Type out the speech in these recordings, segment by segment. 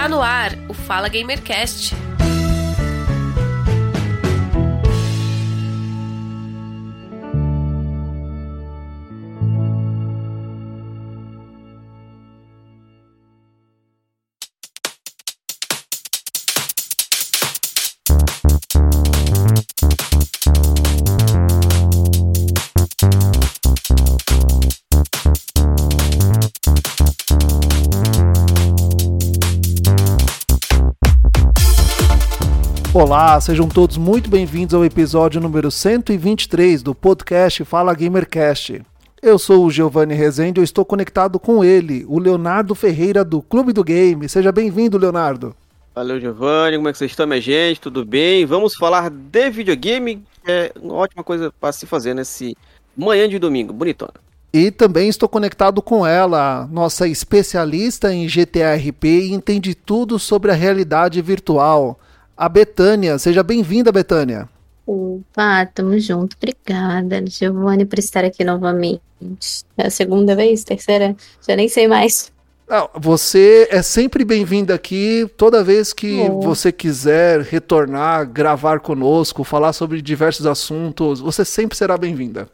Está no ar o Fala Gamercast. Olá, sejam todos muito bem-vindos ao episódio número 123 do podcast Fala Gamercast. Eu sou o Giovanni Rezende, eu estou conectado com ele, o Leonardo Ferreira do Clube do Game. Seja bem-vindo, Leonardo. Valeu, Giovanni, como é que vocês estão, minha gente? Tudo bem? Vamos falar de videogame, que é uma ótima coisa para se fazer nesse manhã de domingo, bonitona. E também estou conectado com ela, nossa especialista em GTA RP e entende tudo sobre a realidade virtual, a Betânia. Seja bem-vinda, Betânia. Opa, tamo junto. Obrigada, Giovanni, por estar aqui novamente. É a segunda vez? Terceira? Já nem sei mais. Não, você é sempre bem-vinda aqui, toda vez que você quiser retornar, gravar conosco, falar sobre diversos assuntos, você sempre será bem-vinda.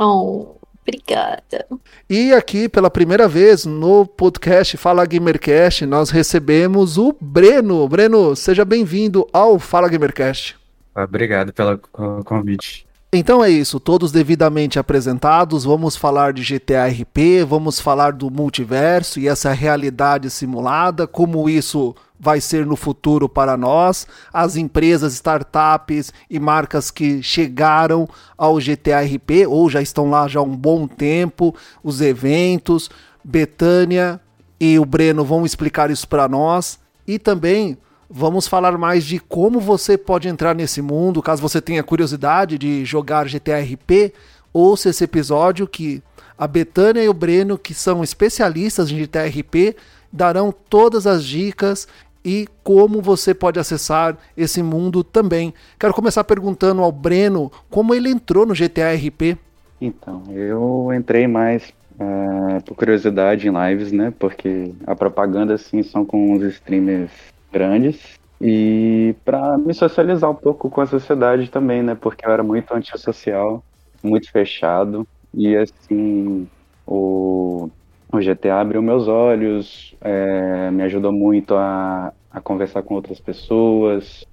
Obrigada. E aqui, pela primeira vez no podcast Fala Gamercast, nós recebemos o Breno. Breno, seja bem-vindo ao Fala Gamercast. Obrigado pelo convite. Então é isso, todos devidamente apresentados, vamos falar de GTA RP, vamos falar do multiverso e essa realidade simulada, como isso vai ser no futuro para nós, as empresas, startups e marcas que chegaram ao GTA RP ou já estão lá já há um bom tempo, os eventos. Betânia e o Breno vão explicar isso para nós e também vamos falar mais de como você pode entrar nesse mundo, caso você tenha curiosidade de jogar GTA RP, ouça esse episódio que a Betânia e o Breno, que são especialistas em GTA RP, darão todas as dicas e como você pode acessar esse mundo também. Quero começar perguntando ao Breno como ele entrou no GTA RP. Então, eu entrei mais por curiosidade em lives, né? Porque a propaganda, assim, são com os streamers grandes e para me socializar um pouco com a sociedade também, né? Porque eu era muito antissocial, muito fechado e, assim, o GTA abriu meus olhos, me ajudou muito a conversar com outras pessoas.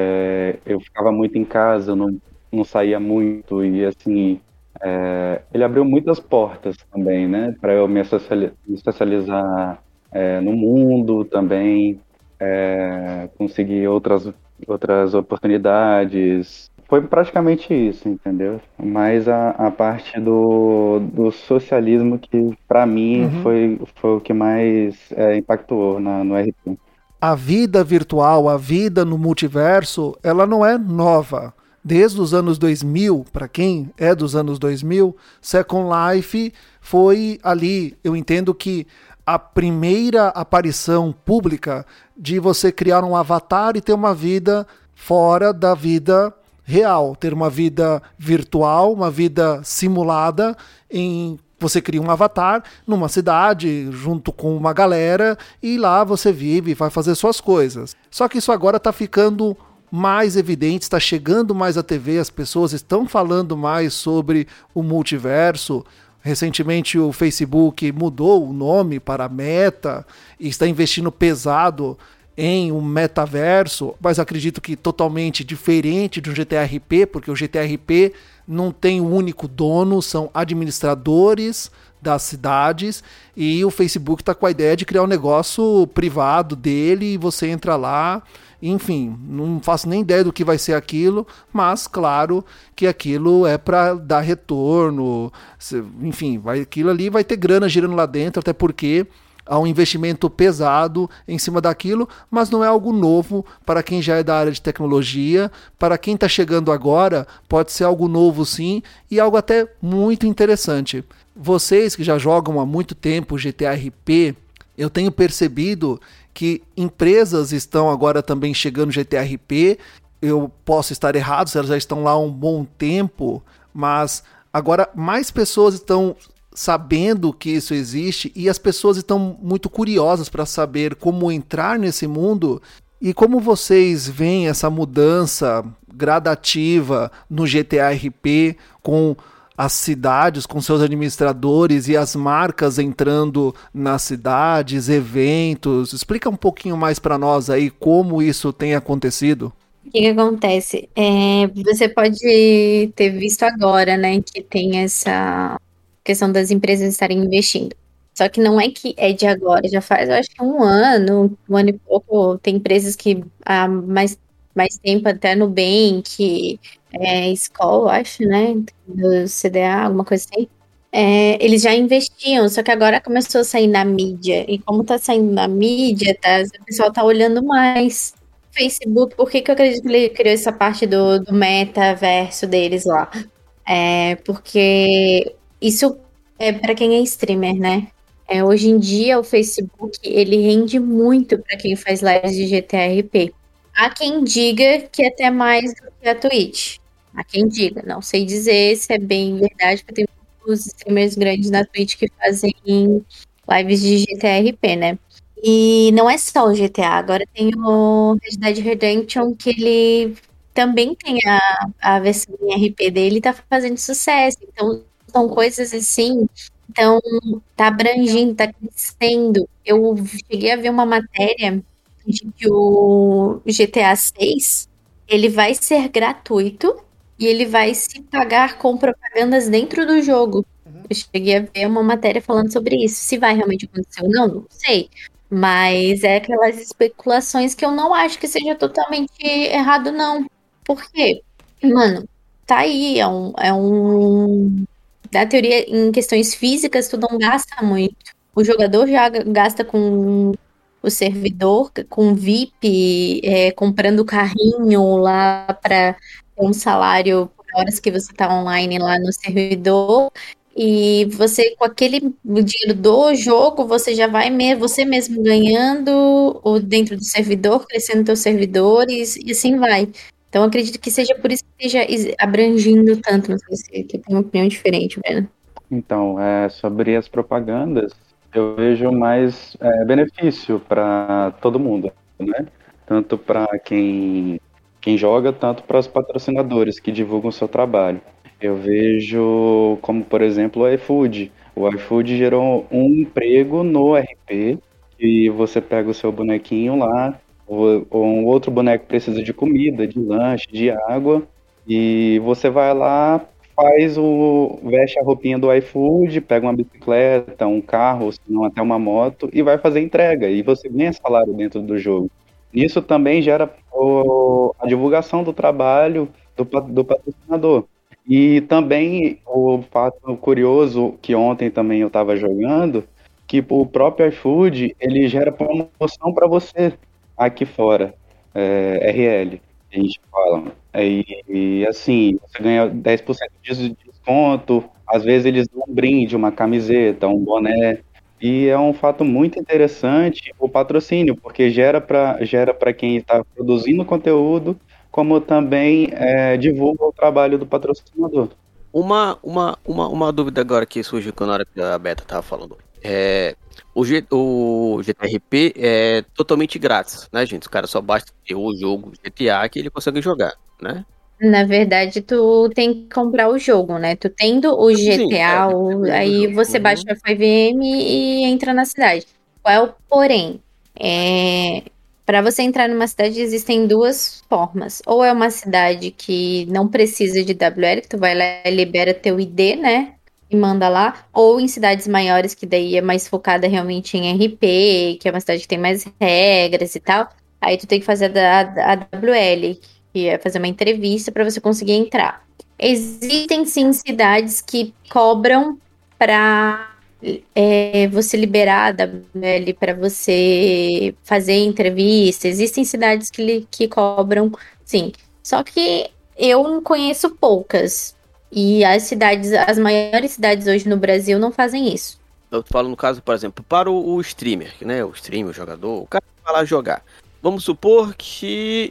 Eu ficava muito em casa, não saía muito e assim, ele abriu muitas portas também, né, para eu me socializar no mundo também, conseguir outras oportunidades. Foi praticamente isso, entendeu? Mas a parte do socialismo que, para mim, foi o que mais impactou no RP. A vida virtual, a vida no multiverso, ela não é nova. Desde os anos 2000, para quem é dos anos 2000, Second Life foi ali. Eu entendo que a primeira aparição pública de você criar um avatar e ter uma vida fora da vida real, ter uma vida virtual, uma vida simulada em você cria um avatar numa cidade junto com uma galera e lá você vive e vai fazer suas coisas. Só que isso agora está ficando mais evidente, está chegando mais à TV, as pessoas estão falando mais sobre o multiverso. Recentemente o Facebook mudou o nome para Meta e está investindo pesado em um metaverso, mas acredito que totalmente diferente de um GTA RP, porque o GTA RP não tem um único dono, são administradores das cidades e o Facebook está com a ideia de criar um negócio privado dele e você entra lá, enfim, não faço nem ideia do que vai ser aquilo, mas claro que aquilo é para dar retorno, enfim, aquilo ali vai ter grana girando lá dentro, até porque há um investimento pesado em cima daquilo, mas não é algo novo para quem já é da área de tecnologia. Para quem está chegando agora, pode ser algo novo sim, e algo até muito interessante. Vocês que já jogam há muito tempo GTA RP, eu tenho percebido que empresas estão agora também chegando no GTA RP. Eu posso estar errado, elas já estão lá há um bom tempo, mas agora mais pessoas estão sabendo que isso existe e as pessoas estão muito curiosas para saber como entrar nesse mundo. E como vocês veem essa mudança gradativa no GTA RP, com as cidades, com seus administradores e as marcas entrando nas cidades, eventos? Explica um pouquinho mais para nós aí como isso tem acontecido. O que acontece? Você pode ter visto agora, né, que tem essa questão das empresas estarem investindo. Só que não é que é de agora, já faz, eu acho que um ano e pouco, tem empresas que há mais tempo, até Nubank, Skol, acho, né, do CDA, alguma coisa assim. Eles já investiam, só que agora começou a sair na mídia. E como tá saindo na mídia, o pessoal tá olhando mais. Facebook, por que eu acredito que ele criou essa parte do metaverso deles lá? Porque isso é para quem é streamer, né? Hoje em dia, o Facebook, ele rende muito para quem faz lives de GTRP. Há quem diga que é até mais do que a Twitch. Há quem diga. Não sei dizer se é bem verdade, porque tem muitos streamers grandes na Twitch que fazem lives de GTRP, né? E não é só o GTA, agora tem o Red Dead Redemption, que ele também tem a versão em RP dele e tá fazendo sucesso. Então, são coisas assim. Então, tá abrangindo, tá crescendo. Eu cheguei a ver uma matéria de que o GTA 6, ele vai ser gratuito e ele vai se pagar com propagandas dentro do jogo. Eu cheguei a ver uma matéria falando sobre isso. Se vai realmente acontecer ou não, não sei. Mas é aquelas especulações que eu não acho que seja totalmente errado, não. Por quê? Mano, tá aí, na teoria, em questões físicas, tu não gasta muito. O jogador já gasta com o servidor, com VIP, comprando carrinho lá para ter um salário por horas que você tá online lá no servidor. E você, com aquele dinheiro do jogo, você já vai você mesmo ganhando dentro do servidor, crescendo teus servidores, e assim vai. Então, eu acredito que seja por isso que esteja abrangindo tanto. Não sei se tem uma opinião diferente, Breno. Então, sobre as propagandas, eu vejo mais benefício para todo mundo, né? Tanto para quem joga, tanto para os patrocinadores que divulgam o seu trabalho. Eu vejo como, por exemplo, o iFood. O iFood gerou um emprego no RP, e você pega o seu bonequinho lá, ou um outro boneco precisa de comida, de lanche, de água, e você vai lá, veste a roupinha do iFood, pega uma bicicleta, um carro, ou se não até uma moto, e vai fazer entrega, e você ganha salário dentro do jogo. Isso também gera a divulgação do trabalho do patrocinador. E também o fato curioso, que ontem também eu estava jogando, que o próprio iFood, ele gera promoção para você aqui fora, RL, a gente fala. E assim, você ganha 10% de desconto, às vezes eles dão um brinde, uma camiseta, um boné, e é um fato muito interessante o patrocínio, porque gera para quem está produzindo conteúdo, como também divulga o trabalho do patrocinador. Uma dúvida agora que surgiu na hora que a Beta estava falando. O GTRP é totalmente grátis, né, gente? Os caras só basta ter o jogo GTA que ele consegue jogar, né? Na verdade, tu tem que comprar o jogo, né? Tu tendo o GTA, aí você baixa o FiveM e entra na cidade. Qual é o porém? Para você entrar numa cidade, existem duas formas. Ou é uma cidade que não precisa de WL, que tu vai lá e libera teu ID, né? E manda lá. Ou em cidades maiores, que daí é mais focada realmente em RP, que é uma cidade que tem mais regras e tal. Aí tu tem que fazer a WL, que é fazer uma entrevista para você conseguir entrar. Existem sim cidades que cobram para você liberar a WL para você fazer entrevista. Existem cidades que cobram, sim. Só que eu conheço poucas. E as maiores cidades hoje no Brasil não fazem isso. Eu falo no caso, por exemplo, para o streamer, né? O streamer, o jogador, o cara vai lá jogar. Vamos supor que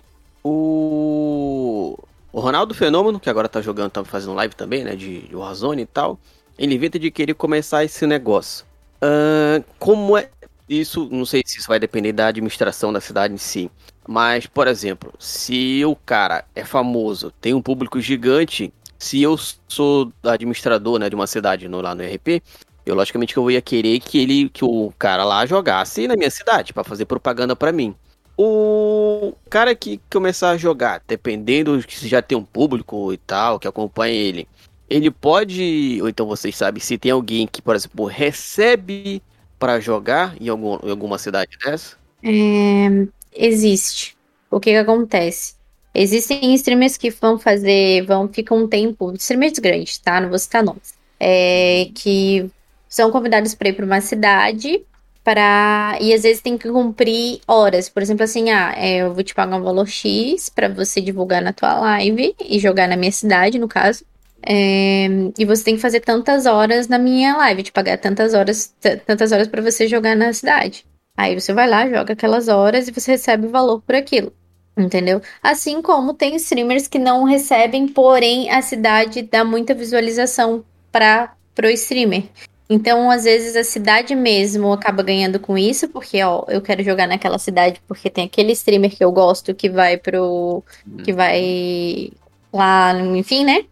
o Ronaldo Fenômeno, que agora tá jogando, tá fazendo live também, né? De Warzone e tal. ele inventa de querer começar esse negócio. Como é isso? Não sei se isso vai depender da administração da cidade em si. Mas, por exemplo, se o cara é famoso, tem um público gigante, se eu sou administrador, né, de uma cidade lá no RP, eu logicamente que eu ia querer que o cara lá jogasse na minha cidade, para fazer propaganda para mim. O cara que começar a jogar, dependendo se já tem um público e tal, que acompanha ele pode, ou então vocês sabem, se tem alguém que, por exemplo, recebe para jogar em alguma cidade dessa? Existe. O que que acontece? Existem streamers que ficam um tempo, streamers grandes, tá? Não vou citar nomes. Que são convidados para ir para uma cidade e às vezes tem que cumprir horas. Por exemplo, assim, eu vou te pagar um valor X para você divulgar na tua live e jogar na minha cidade, no caso. E você tem que fazer tantas horas na minha live, te pagar tantas horas para você jogar na cidade. Aí você vai lá, joga aquelas horas e você recebe o valor por aquilo. Entendeu? Assim como tem streamers que não recebem, porém a cidade dá muita visualização pro streamer. Então, às vezes, a cidade mesmo acaba ganhando com isso, porque, eu quero jogar naquela cidade porque tem aquele streamer que eu gosto que vai que vai lá, enfim, né?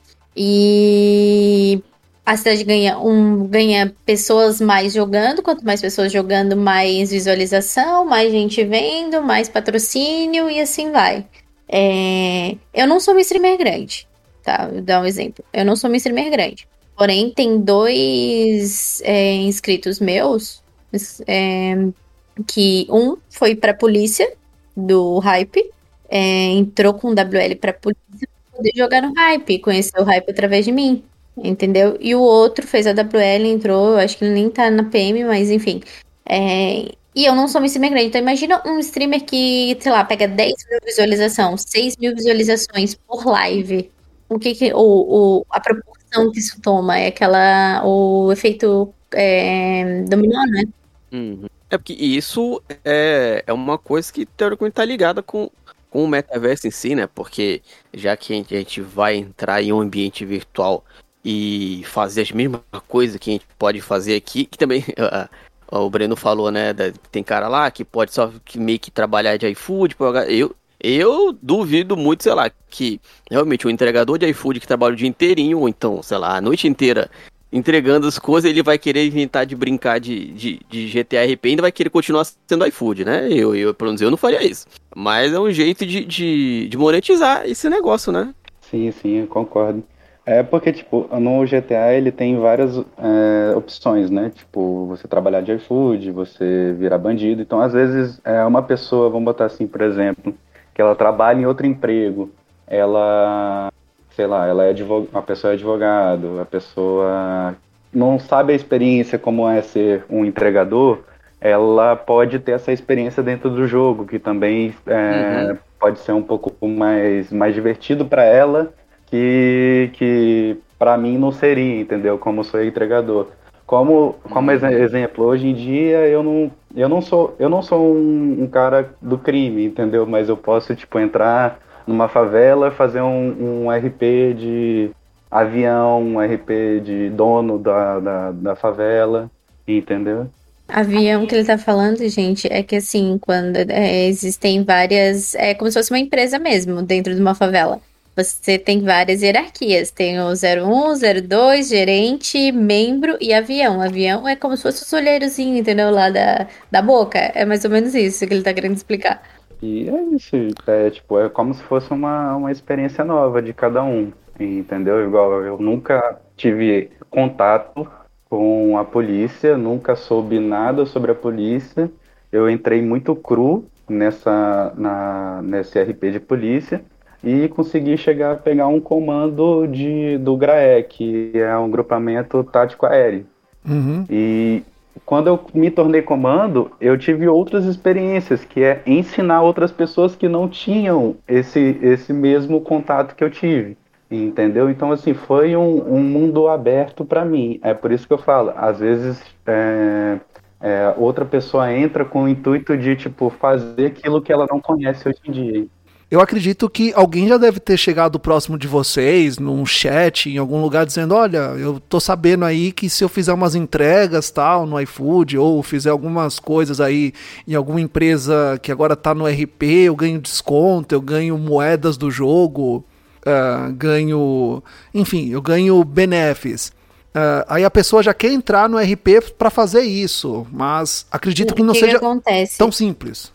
E a cidade ganha pessoas mais jogando, quanto mais pessoas jogando, mais visualização, mais gente vendo, mais patrocínio e assim vai. Eu não sou uma streamer grande, tá? Vou dar um exemplo. Eu não sou uma streamer grande. Porém, tem 2 inscritos meus, que um foi pra polícia do Hype, entrou com WL pra polícia pra poder jogar no Hype, conheceu o Hype através de mim. Entendeu? E o outro fez a WL, entrou, eu acho que ele nem tá na PM, mas enfim. E eu não sou uma streamer grande, então imagina um streamer que, sei lá, pega 10 mil visualizações, 6 mil visualizações por live. A proporção que isso toma é o efeito dominó, né? Uhum. É porque isso é uma coisa que teoricamente tá ligada com o metaverso em si, né? Porque já que a gente vai entrar em um ambiente virtual e fazer as mesmas coisas que a gente pode fazer aqui, que também o Breno falou, né? Tem cara lá que pode só meio que trabalhar de iFood. Eu duvido muito, sei lá, que realmente o entregador de iFood que trabalha o dia inteirinho, ou então, sei lá, a noite inteira entregando as coisas, ele vai querer inventar de brincar de GTA RP e ainda vai querer continuar sendo iFood, né? Pelo menos eu não faria isso. Mas é um jeito de monetizar esse negócio, né? Sim, eu concordo. É porque, tipo, no GTA ele tem várias opções, né? Tipo, você trabalhar de iFood, você virar bandido. Então, às vezes, uma pessoa, vamos botar assim, por exemplo, que ela trabalha em outro emprego, ela, sei lá, a pessoa é advogado, a pessoa não sabe a experiência como é ser um entregador, ela pode ter essa experiência dentro do jogo, que também pode ser um pouco mais divertido para ela, que para mim não seria, entendeu? Como sou entregador. Como exemplo, hoje em dia eu não sou um cara do crime, entendeu? Mas eu posso, tipo, entrar numa favela, fazer um RP de avião, um RP de dono da favela, entendeu? Avião que ele tá falando, gente, é que assim, quando existem várias. É como se fosse uma empresa mesmo, dentro de uma favela. Você tem várias hierarquias. Tem o 01, 02, gerente, membro e avião. Avião é como se fosse o olheirozinho, entendeu? Lá da boca. É mais ou menos isso que ele tá querendo explicar. E é isso, tipo, é como se fosse uma experiência nova de cada um, entendeu? Igual eu nunca tive contato com a polícia, nunca soube nada sobre a polícia. Eu entrei muito cru nesse RP de polícia e consegui chegar a pegar um comando do GRAE, que é um grupamento tático aéreo. Uhum. E quando eu me tornei comando, eu tive outras experiências, que é ensinar outras pessoas que não tinham esse mesmo contato que eu tive, entendeu? Então, assim, foi um mundo aberto para mim. É por isso que eu falo, às vezes outra pessoa entra com o intuito de, tipo, fazer aquilo que ela não conhece hoje em dia. Eu acredito que alguém já deve ter chegado próximo de vocês, num chat, em algum lugar, dizendo, olha, eu tô sabendo aí que se eu fizer umas entregas, tal, no iFood, ou fizer algumas coisas aí em alguma empresa que agora tá no RP, eu ganho desconto, eu ganho moedas do jogo, enfim, eu ganho benefícios. Aí a pessoa já quer entrar no RP para fazer isso, mas acredito que não seja tão simples.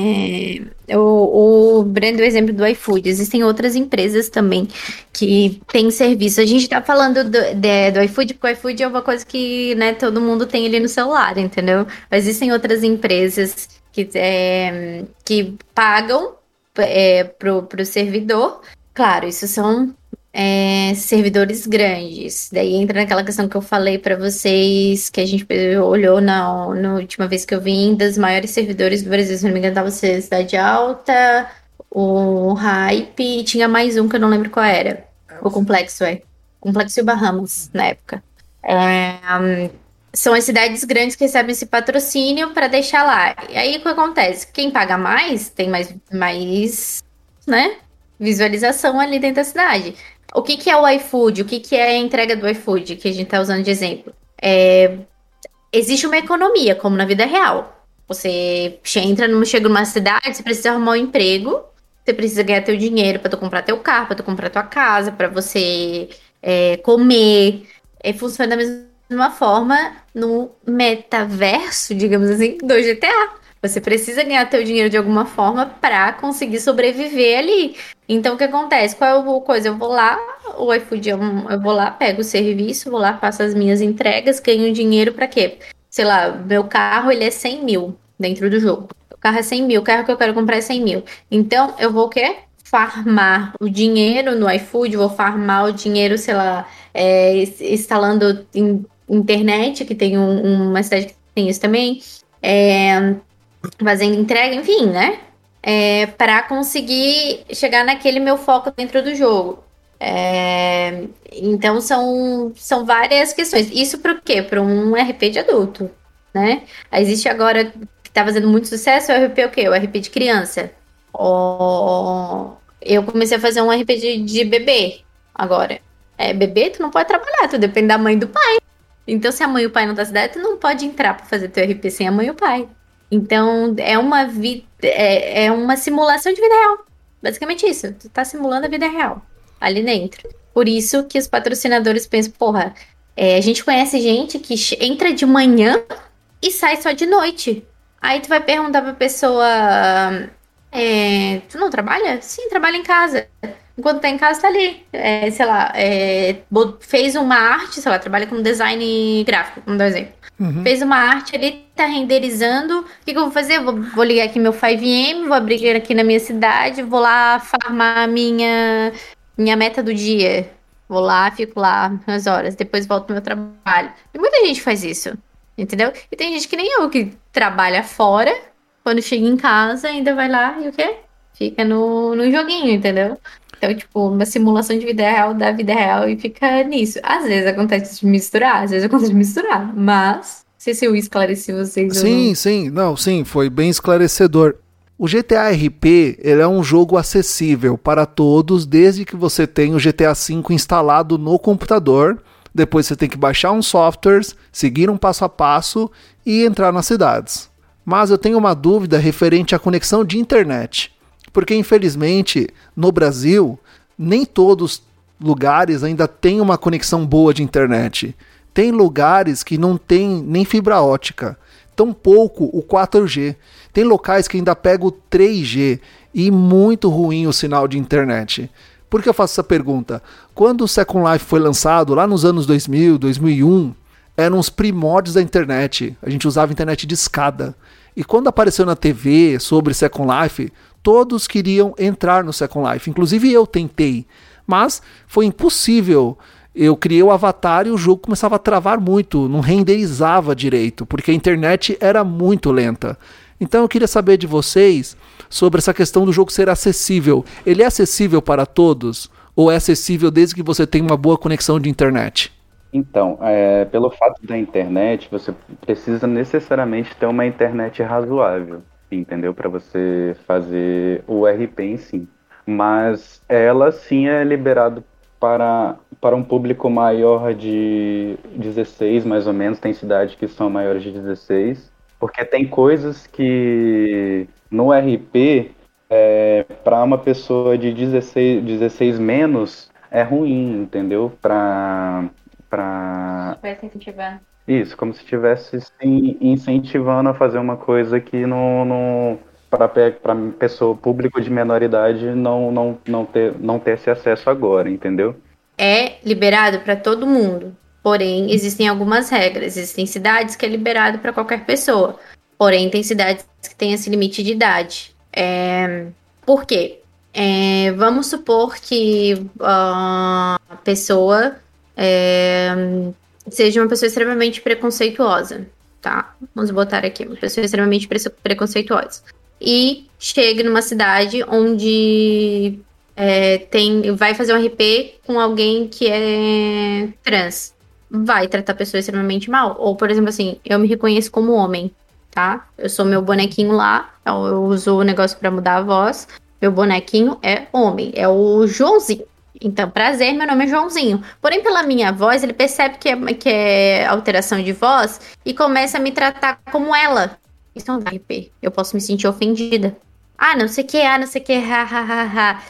O Breno deu o exemplo do iFood. Existem outras empresas também que têm serviço. A gente tá falando do iFood, porque o iFood é uma coisa que, né, todo mundo tem ali no celular, entendeu? Mas existem outras empresas que pagam pro servidor. Claro, isso são servidores grandes. Daí entra naquela questão que eu falei para vocês, que a gente olhou na última vez que eu vim, das maiores servidores do Brasil, se não me engano, tava Cidade Alta, o Hype, e tinha mais um que eu não lembro qual era. O Complexo, Complexo e o Bahamas, na época. São as cidades grandes que recebem esse patrocínio para deixar lá. E aí o que acontece? Quem paga mais, tem mais né, visualização ali dentro da cidade. O que é o iFood? O que é a entrega do iFood, que a gente tá usando de exemplo? Existe uma economia, como na vida real. Você chega numa cidade, você precisa arrumar um emprego, você precisa ganhar teu dinheiro pra tu comprar teu carro, pra tu comprar tua casa, pra você comer. Funciona da mesma forma no metaverso, digamos assim, do GTA. Você precisa ganhar teu dinheiro de alguma forma para conseguir sobreviver ali. Então, o que acontece? Qual é a coisa? Eu vou lá, o iFood, eu vou lá, pego o serviço, vou lá, faço as minhas entregas, ganho dinheiro para quê? Sei lá, meu carro, ele é 100 mil dentro do jogo. O carro é 100 mil, o carro que eu quero comprar é 100 mil. Então, eu vou o quê? Farmar o dinheiro no iFood, vou farmar o dinheiro, sei lá, instalando internet, que tem uma cidade que tem isso também, fazendo entrega, enfim, né? Para conseguir chegar naquele meu foco dentro do jogo. Então são várias questões. Isso para o quê? Para um RP de adulto, né? Existe agora, que está fazendo muito sucesso, é o RP o quê? O RP de criança. Eu comecei a fazer um RP de bebê agora. Bebê, tu não pode trabalhar, tu depende da mãe e do pai. Então, se a mãe e o pai não tá cidade, tu não pode entrar para fazer teu RP sem a mãe e o pai. Então, é uma simulação de vida real. Basicamente isso. Tu tá simulando a vida real ali dentro. Por isso que os patrocinadores pensam, porra, a gente conhece gente que entra de manhã e sai só de noite. Aí tu vai perguntar pra pessoa, tu não trabalha? Sim, trabalha em casa. Enquanto tá em casa, tá ali. Sei lá, fez uma arte, sei lá, trabalha com design gráfico, vamos dar um exemplo. Uhum. Fez uma arte ali, tá renderizando. O que eu vou fazer? Vou ligar aqui meu 5M, vou abrir aqui na minha cidade, vou lá farmar a minha meta do dia. Vou lá, fico lá umas horas, depois volto pro meu trabalho. E muita gente faz isso, entendeu? E tem gente que nem eu, que trabalha fora, quando chega em casa, ainda vai lá e o quê? Fica no joguinho, entendeu? Então, tipo, uma simulação de vida real da vida real e fica nisso. Às vezes acontece de misturar, às vezes acontece de misturar, mas não sei se eu esclareci vocês. Sim, foi bem esclarecedor. O GTA RP, ele é um jogo acessível para todos, desde que você tenha o GTA V instalado no computador. Depois você tem que baixar uns softwares, seguir um passo a passo e entrar nas cidades. Mas eu tenho uma dúvida referente à conexão de internet. Porque, infelizmente, no Brasil, nem todos os lugares ainda têm uma conexão boa de internet. Tem lugares que não tem nem fibra ótica, tampouco o 4G. Tem locais que ainda pegam o 3G e muito ruim o sinal de internet. Por que eu faço essa pergunta? Quando o Second Life foi lançado, lá nos anos 2000, 2001, eram os primórdios da internet. A gente usava internet de escada. E quando apareceu na TV sobre Second Life, todos queriam entrar no Second Life. Inclusive eu tentei, mas foi impossível. Eu criei o avatar e o jogo começava a travar muito, não renderizava direito, porque a internet era muito lenta. Então eu queria saber de vocês sobre essa questão do jogo ser acessível. Ele é acessível para todos? Ou é acessível desde que você tenha uma boa conexão de internet? Então, pelo fato da internet, você precisa necessariamente ter uma internet razoável, entendeu? Para você fazer o RP em si. mas ela sim é liberado para um público maior de 16, mais ou menos. Tem cidades que são maiores de 16, porque tem coisas que no RP, para uma pessoa de 16 menos, é ruim, entendeu? Vai incentivar. Isso, como se estivesse se incentivando a fazer uma coisa que não para pessoa, público de menor idade não ter esse acesso agora, entendeu? É liberado para todo mundo. Porém, existem algumas regras. Existem cidades que é liberado para qualquer pessoa. Porém, tem cidades que têm esse limite de idade. Por quê? Vamos supor que a pessoa seja uma pessoa extremamente preconceituosa, tá? Vamos botar aqui, uma pessoa extremamente preconceituosa. E chegue numa cidade onde vai fazer um RP com alguém que é trans. Vai tratar a pessoa extremamente mal. Ou, por exemplo, assim, eu me reconheço como homem, tá? Eu sou meu bonequinho lá, eu uso o negócio pra mudar a voz. Meu bonequinho é homem, é o Joãozinho. Então, prazer, meu nome é Joãozinho. Porém, pela minha voz, ele percebe que é alteração de voz e começa a me tratar como ela. Isso não dá RP. Eu posso me sentir ofendida. Não sei o que, ha, ha, ha, ha.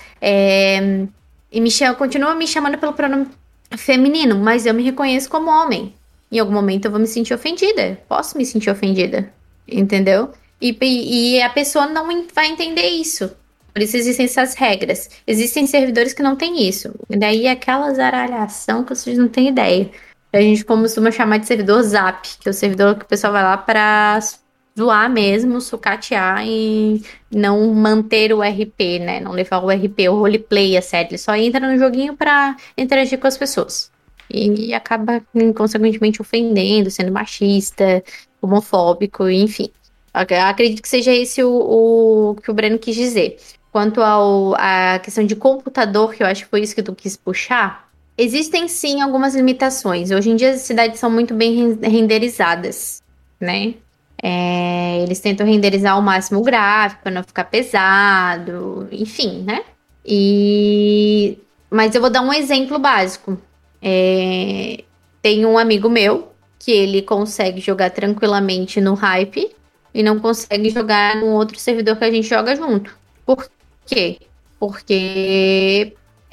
E continua me chamando pelo pronome feminino, mas eu me reconheço como homem. Em algum momento eu vou me sentir ofendida. Posso me sentir ofendida. Entendeu? E a pessoa não vai entender isso. Por isso existem essas regras. Existem servidores que não têm isso. E daí é aquela zaralhação que vocês não têm ideia. A gente costuma chamar de servidor zap, que é o servidor que o pessoal vai lá pra zoar mesmo, sucatear e não manter o RP, né? Não levar o RP, o roleplay a sério. Ele só entra no joguinho pra interagir com as pessoas. E acaba, consequentemente, ofendendo, sendo machista, homofóbico, enfim. Acredito que seja esse o que o Breno quis dizer. Quanto à questão de computador, que eu acho que foi isso que tu quis puxar, existem sim algumas limitações. Hoje em dia as cidades são muito bem renderizadas, né? Eles tentam renderizar ao máximo o gráfico para não ficar pesado, enfim, né? Mas eu vou dar um exemplo básico. Tem um amigo meu que ele consegue jogar tranquilamente no Hype e não consegue jogar num outro servidor que a gente joga junto. Por quê? Porque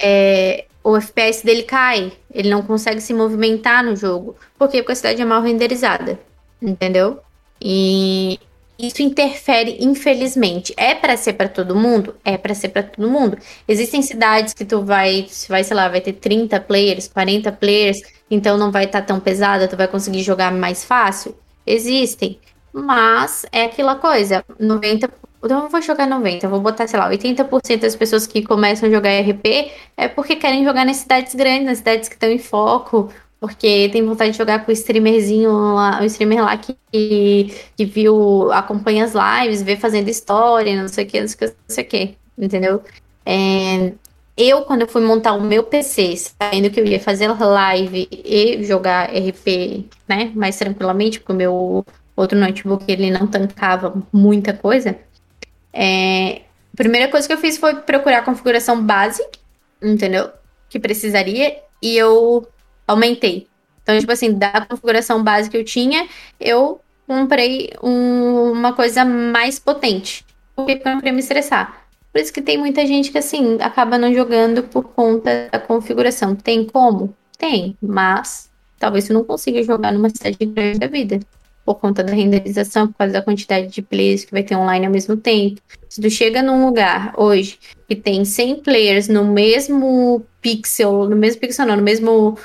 o FPS dele cai, ele não consegue se movimentar no jogo. Por quê? Porque a cidade é mal renderizada, entendeu? E isso interfere, infelizmente. É pra ser pra todo mundo? É pra ser pra todo mundo. Existem cidades que tu vai, sei lá, vai ter 30 players, 40 players, então não vai estar tão pesada, tu vai conseguir jogar mais fácil? Existem. Mas é aquela coisa, 90%. Então eu não vou jogar 90%, eu vou botar, sei lá, 80% das pessoas que começam a jogar RP é porque querem jogar nas cidades grandes, nas cidades que estão em foco, porque tem vontade de jogar com o streamerzinho lá, o streamer lá que viu, acompanha as lives, vê fazendo história, não sei o que, não sei o que, entendeu? Quando eu fui montar o meu PC, sabendo que eu ia fazer live e jogar RP, né, mais tranquilamente, porque o meu outro notebook, ele não tancava muita coisa, a primeira coisa que eu fiz foi procurar a configuração base, entendeu? Que precisaria, e eu aumentei. Então, tipo assim, da configuração base que eu tinha, eu comprei uma coisa mais potente. Porque eu não queria me estressar. Por isso que tem muita gente que, assim, acaba não jogando por conta da configuração. Tem como? Tem, mas talvez você não consiga jogar numa cidade grande da vida. Por conta da renderização, por causa da quantidade de players que vai ter online ao mesmo tempo. Se tu chega num lugar hoje que tem 100 players no mesmo pixel não, no mesmo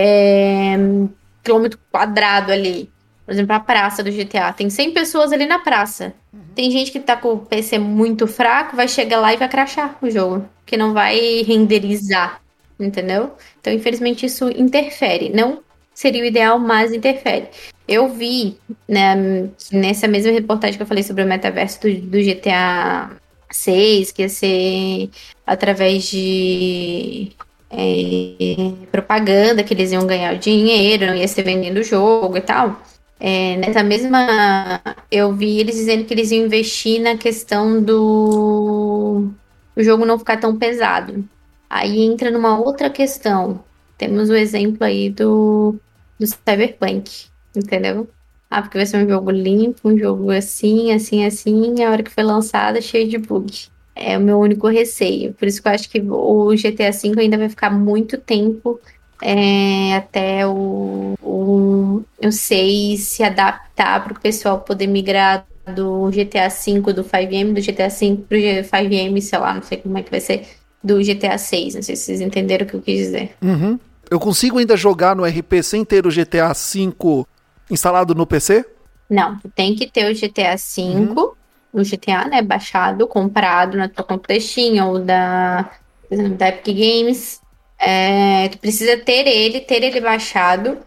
quilômetro quadrado ali, por exemplo, a praça do GTA, tem 100 pessoas ali na praça. Tem gente que tá com o PC muito fraco, vai chegar lá e vai crashar o jogo, que não vai renderizar, entendeu? Então, infelizmente, isso interfere. Não seria o ideal, mas interfere. Eu vi, né, nessa mesma reportagem que eu falei sobre o metaverso do GTA 6, que ia ser através de propaganda, que eles iam ganhar o dinheiro, não ia ser vendendo o jogo e tal. Nessa mesma, eu vi eles dizendo que eles iam investir na questão do o jogo não ficar tão pesado. Aí entra numa outra questão. Temos o exemplo aí do Cyberpunk, entendeu? Ah, porque vai ser um jogo limpo, um jogo assim, assim, assim, e a hora que foi lançada, cheio de bug. É o meu único receio. Por isso que eu acho que o GTA V ainda vai ficar muito tempo até o 6 se adaptar para o pessoal poder migrar do GTA V, do 5M, do GTA V pro 5M, sei lá, não sei como é que vai ser, do GTA 6. Não sei se vocês entenderam o que eu quis dizer. Uhum. Eu consigo ainda jogar no RP sem ter o GTA V instalado no PC? Não, tu tem que ter o GTA V, o GTA, né, baixado, comprado na tua conta da Steam ou da Epic Games. Tu precisa ter ele baixado,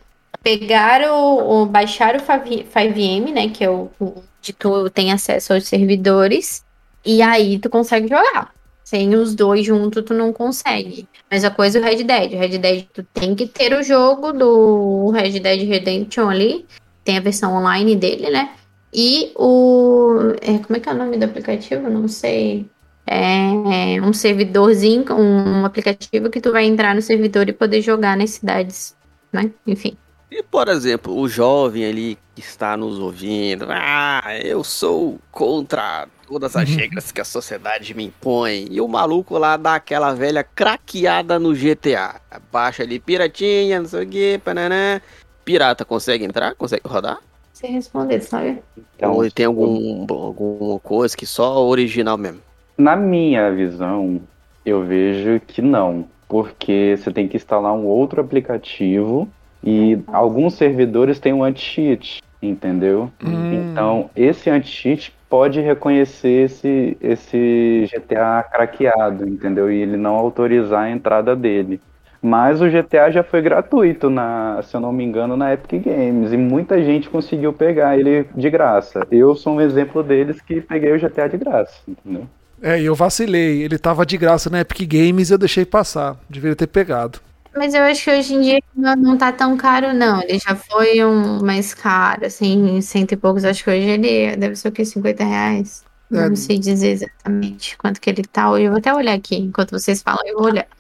baixar o 5M, né, que é onde tu tem acesso aos servidores, e aí tu consegue jogar. Sem os dois juntos, tu não consegue. Mas a coisa é o Red Dead. O Red Dead, tu tem que ter o jogo do Red Dead Redemption ali. Tem a versão online dele, né? E como é que é o nome do aplicativo? Não sei. É um servidorzinho, um aplicativo que tu vai entrar no servidor e poder jogar nas cidades, né? Enfim. E, por exemplo, o jovem ali que está nos ouvindo, eu sou contra todas as regras que a sociedade me impõe. E o maluco lá dá aquela velha craqueada no GTA. Baixa ali piratinha, não sei o que, pananã. Pirata consegue entrar? Consegue rodar? Você responder, sabe? Então, Ou tem alguma coisa que só original mesmo? na minha visão, eu vejo que não, porque você tem que instalar um outro aplicativo e alguns servidores têm um anti-cheat, entendeu? Então, esse anti-cheat pode reconhecer esse GTA craqueado, entendeu? E ele não autorizar a entrada dele. Mas o GTA já foi gratuito, se eu não me engano, na Epic Games. E muita gente conseguiu pegar ele de graça. Eu sou um exemplo deles que peguei o GTA de graça, entendeu? E eu vacilei. Ele tava de graça na Epic Games e eu deixei passar. Devia ter pegado. Mas eu acho que hoje em dia não tá tão caro, não. Ele já foi mais caro, assim, 100 e poucos. Acho que hoje ele deve ser o quê? R$50? Não sei dizer exatamente quanto que ele tá hoje. Eu vou até olhar aqui. Enquanto vocês falam, eu vou olhar.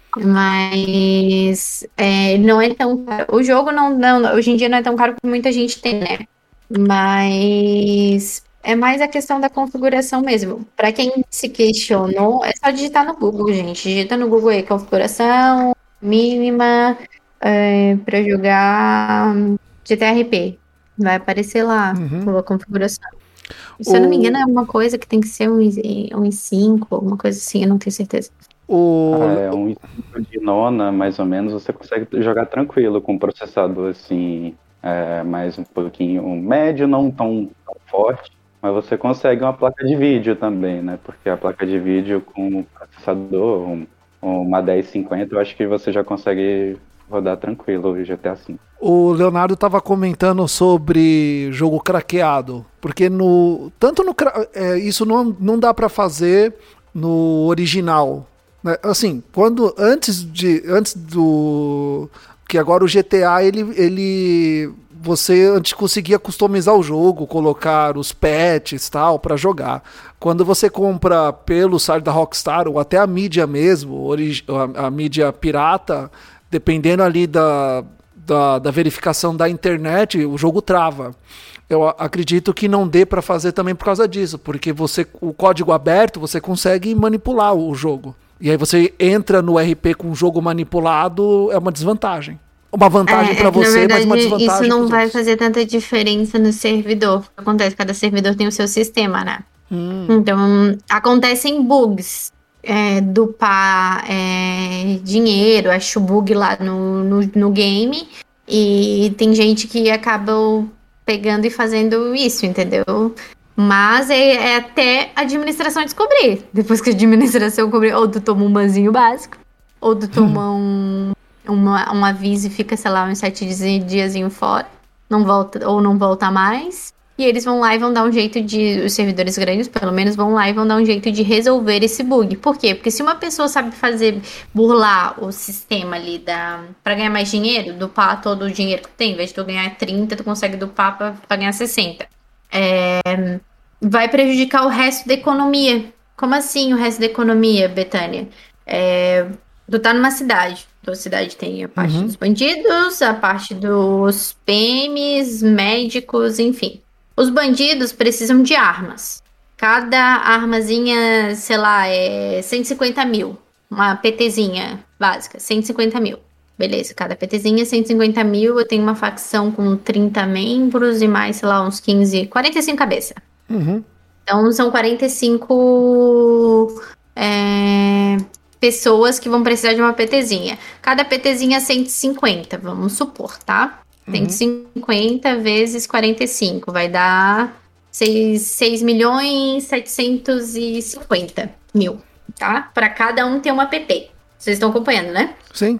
Mas não é tão caro. O jogo hoje em dia não é tão caro como muita gente tem, né? Mas é mais a questão da configuração mesmo. Para quem se questionou, é só digitar no Google, gente. Digita no Google aí, configuração mínima para jogar GTRP. Vai aparecer lá a configuração. Se eu não me engano, é uma coisa que tem que ser um i5, alguma coisa assim, eu não tenho certeza. Um de nona, mais ou menos, você consegue jogar tranquilo com um processador assim, mais um pouquinho médio, não tão forte, mas você consegue uma placa de vídeo também, né? Porque a placa de vídeo com o processador, uma 1050, eu acho que você já consegue rodar tranquilo o GTA V. O Leonardo estava comentando sobre jogo craqueado, porque isso não dá para fazer no original. Assim, antes do que agora o GTA você antes conseguia customizar o jogo, colocar os patches tal para jogar. Quando você compra pelo site da Rockstar ou até a mídia mesmo, a mídia pirata, dependendo ali da verificação da internet, o jogo trava. Eu acredito que não dê para fazer também por causa disso, porque o código aberto você consegue manipular o jogo. E aí você entra no RP com o jogo manipulado, é uma desvantagem. Uma vantagem para você, verdade, mas uma desvantagem. Isso não vai fazer tanta diferença no servidor. O que acontece? Cada servidor tem o seu sistema, né? Então, acontecem bugs. Dupar dinheiro, acho bug lá no game. E tem gente que acaba pegando e fazendo isso, entendeu? Mas é até a administração descobrir. Depois que a administração cobrir, ou tu toma um banzinho básico, ou tu toma um aviso e fica, sei lá, uns 7 diazinho fora, não volta mais. E eles vão lá e vão dar um jeito os servidores grandes, pelo menos, vão lá e vão dar um jeito de resolver esse bug. Por quê? Porque se uma pessoa sabe burlar o sistema ali pra ganhar mais dinheiro, dupar todo o dinheiro que tem, em vez de tu ganhar 30, tu consegue dupar pra ganhar 60. Vai prejudicar o resto da economia. Como assim o resto da economia, Betânia? Tu tá numa cidade. Tua cidade tem a parte dos bandidos, a parte dos PMs, médicos, enfim. Os bandidos precisam de armas. Cada armazinha, sei lá, é 150 mil. Uma PTzinha básica, 150 mil. Beleza, cada PTzinha é 150 mil. Eu tenho uma facção com 30 membros e mais, sei lá, uns 15, 45 cabeças. Então são 45 pessoas que vão precisar de uma PTzinha. Cada PTzinha é 150, vamos supor, tá? 150 vezes 45 vai dar 6.750.000, tá? Para cada um ter uma PT. Vocês estão acompanhando, né? Sim.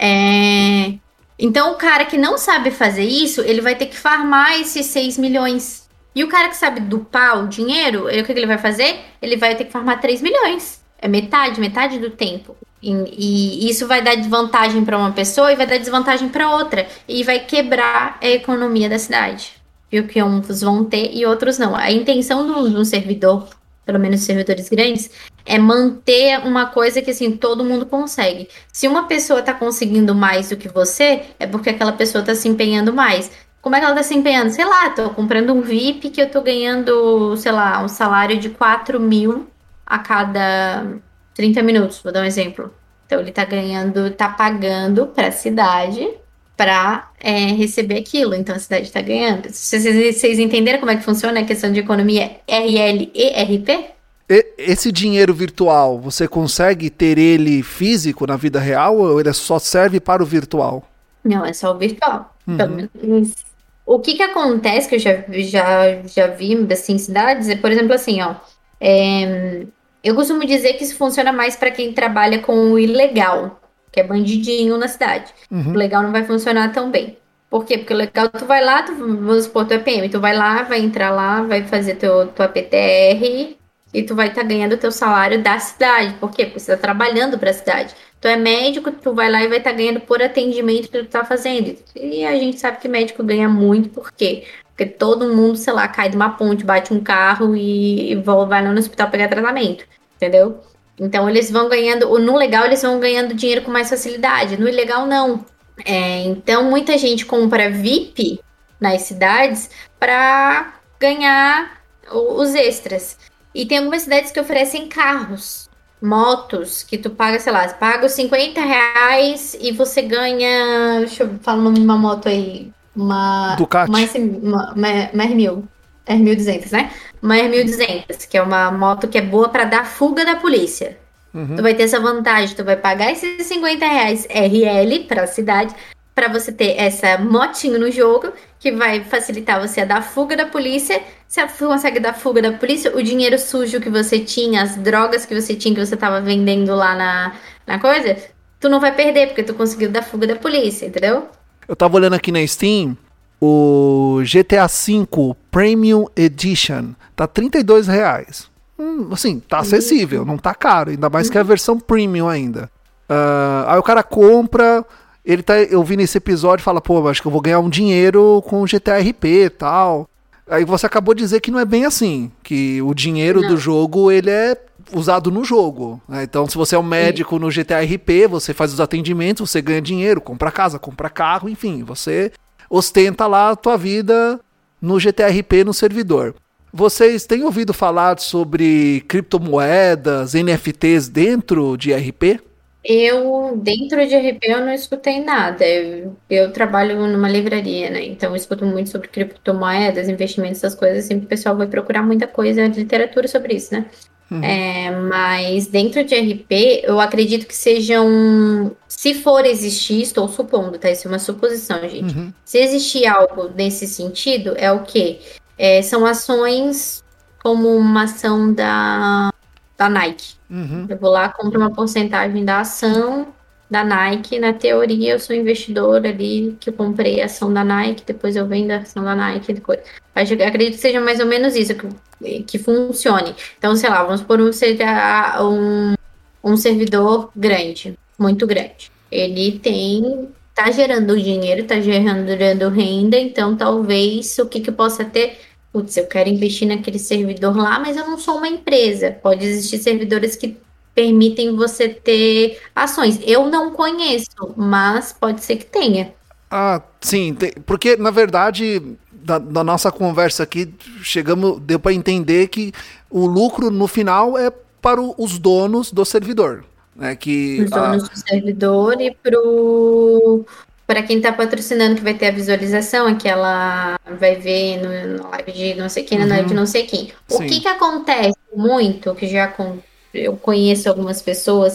Então, o cara que não sabe fazer isso, ele vai ter que farmar esses 6 milhões. E o cara que sabe dupar o dinheiro, o que ele vai fazer? Ele vai ter que farmar 3 milhões. É metade do tempo. E isso vai dar desvantagem para uma pessoa e vai dar desvantagem para outra. E vai quebrar a economia da cidade. Viu que uns vão ter e outros não. A intenção de um servidor, pelo menos servidores grandes, é manter uma coisa que assim todo mundo consegue. Se uma pessoa tá conseguindo mais do que você, é porque aquela pessoa tá se empenhando mais. Como é que ela tá se empenhando? Sei lá, tô comprando um VIP que eu tô ganhando, sei lá, um salário de 4 mil a cada 30 minutos, vou dar um exemplo. Então ele tá pagando pra cidade pra receber aquilo. Então a cidade tá ganhando. Vocês entenderam como é que funciona a questão de economia RL e RP? Esse dinheiro virtual, você consegue ter ele físico na vida real ou ele só serve para o virtual? Não, é só o virtual. Pelo menos. O que acontece, que eu já vi assim, em cidades, é, por exemplo, assim, ó. Eu costumo dizer que isso funciona mais para quem trabalha com o ilegal, que é bandidinho na cidade. O legal não vai funcionar tão bem. Por quê? Porque o legal, tu vai lá, vamos supor, tu é PM, tu vai lá, vai entrar lá, vai fazer tua PTR e tu vai estar ganhando o teu salário da cidade. Por quê? Porque você tá trabalhando para a cidade. Tu é médico, tu vai lá e vai estar ganhando por atendimento que tu tá fazendo. E a gente sabe que médico ganha muito, por quê? Porque todo mundo, sei lá, cai de uma ponte, bate um carro e vai lá no hospital pegar tratamento, entendeu? Então eles vão ganhando, no legal eles vão ganhando dinheiro com mais facilidade, no ilegal não. Então muita gente compra VIP nas cidades para ganhar os extras. E tem algumas cidades que oferecem carros, motos, que tu paga, sei lá, paga os R$50 e você ganha, deixa eu falar o nome de uma moto aí, uma Ducati. uma R1000, R1200, né? Uma R1200, que é uma moto que é boa pra dar fuga da polícia. Tu vai ter essa vantagem, tu vai pagar esses R$50 RL pra cidade, pra você ter essa motinho no jogo, que vai facilitar você a dar fuga da polícia. Se você consegue dar fuga da polícia, o dinheiro sujo que você tinha, as drogas que você tinha, que você tava vendendo lá na coisa, tu não vai perder, porque tu conseguiu dar fuga da polícia, entendeu? Eu tava olhando aqui na Steam, o GTA V Premium Edition tá R$32. Assim, tá acessível, não tá caro, ainda mais que é a versão Premium ainda. Aí o cara compra, eu vi nesse episódio e fala, pô, acho que eu vou ganhar um dinheiro com o GTA RP e tal. Aí você acabou de dizer que não é bem assim, que o dinheiro do jogo, ele é usado no jogo, né? Então, se você é um médico no GTA RP, você faz os atendimentos, você ganha dinheiro, compra casa, compra carro, enfim, você ostenta lá a tua vida no GTA RP no servidor. Vocês têm ouvido falar sobre criptomoedas, NFTs dentro de RP? Dentro de RP, eu não escutei nada. Eu trabalho numa livraria, né? Então, eu escuto muito sobre criptomoedas, investimentos, essas coisas. Sempre o pessoal vai procurar muita coisa, literatura sobre isso, né? Mas dentro de RP, eu acredito que sejam... Se for existir, estou supondo, tá? Isso é uma suposição, gente. Se existir algo nesse sentido, é o quê? São ações como uma ação da Nike. Eu vou lá, compro uma porcentagem da ação da Nike. Na teoria, eu sou investidor ali, que eu comprei a ação da Nike, depois eu vendo a ação da Nike. Depois. Acredito que seja mais ou menos isso, que funcione. Então, sei lá, vamos supor um servidor grande, muito grande. Ele tá gerando dinheiro, tá gerando renda, então talvez o que possa ter putz, eu quero investir naquele servidor lá, mas eu não sou uma empresa. Pode existir servidores que permitem você ter ações. Eu não conheço, mas pode ser que tenha. Ah, sim, porque na verdade, da nossa conversa aqui, deu para entender que o lucro no final é para os donos do servidor, né? Que Os donos do servidor e para quem está patrocinando, que vai ter a visualização, aquela vai ver no live de não sei quem, na live de não sei quem. O Sim. que acontece muito, eu conheço algumas pessoas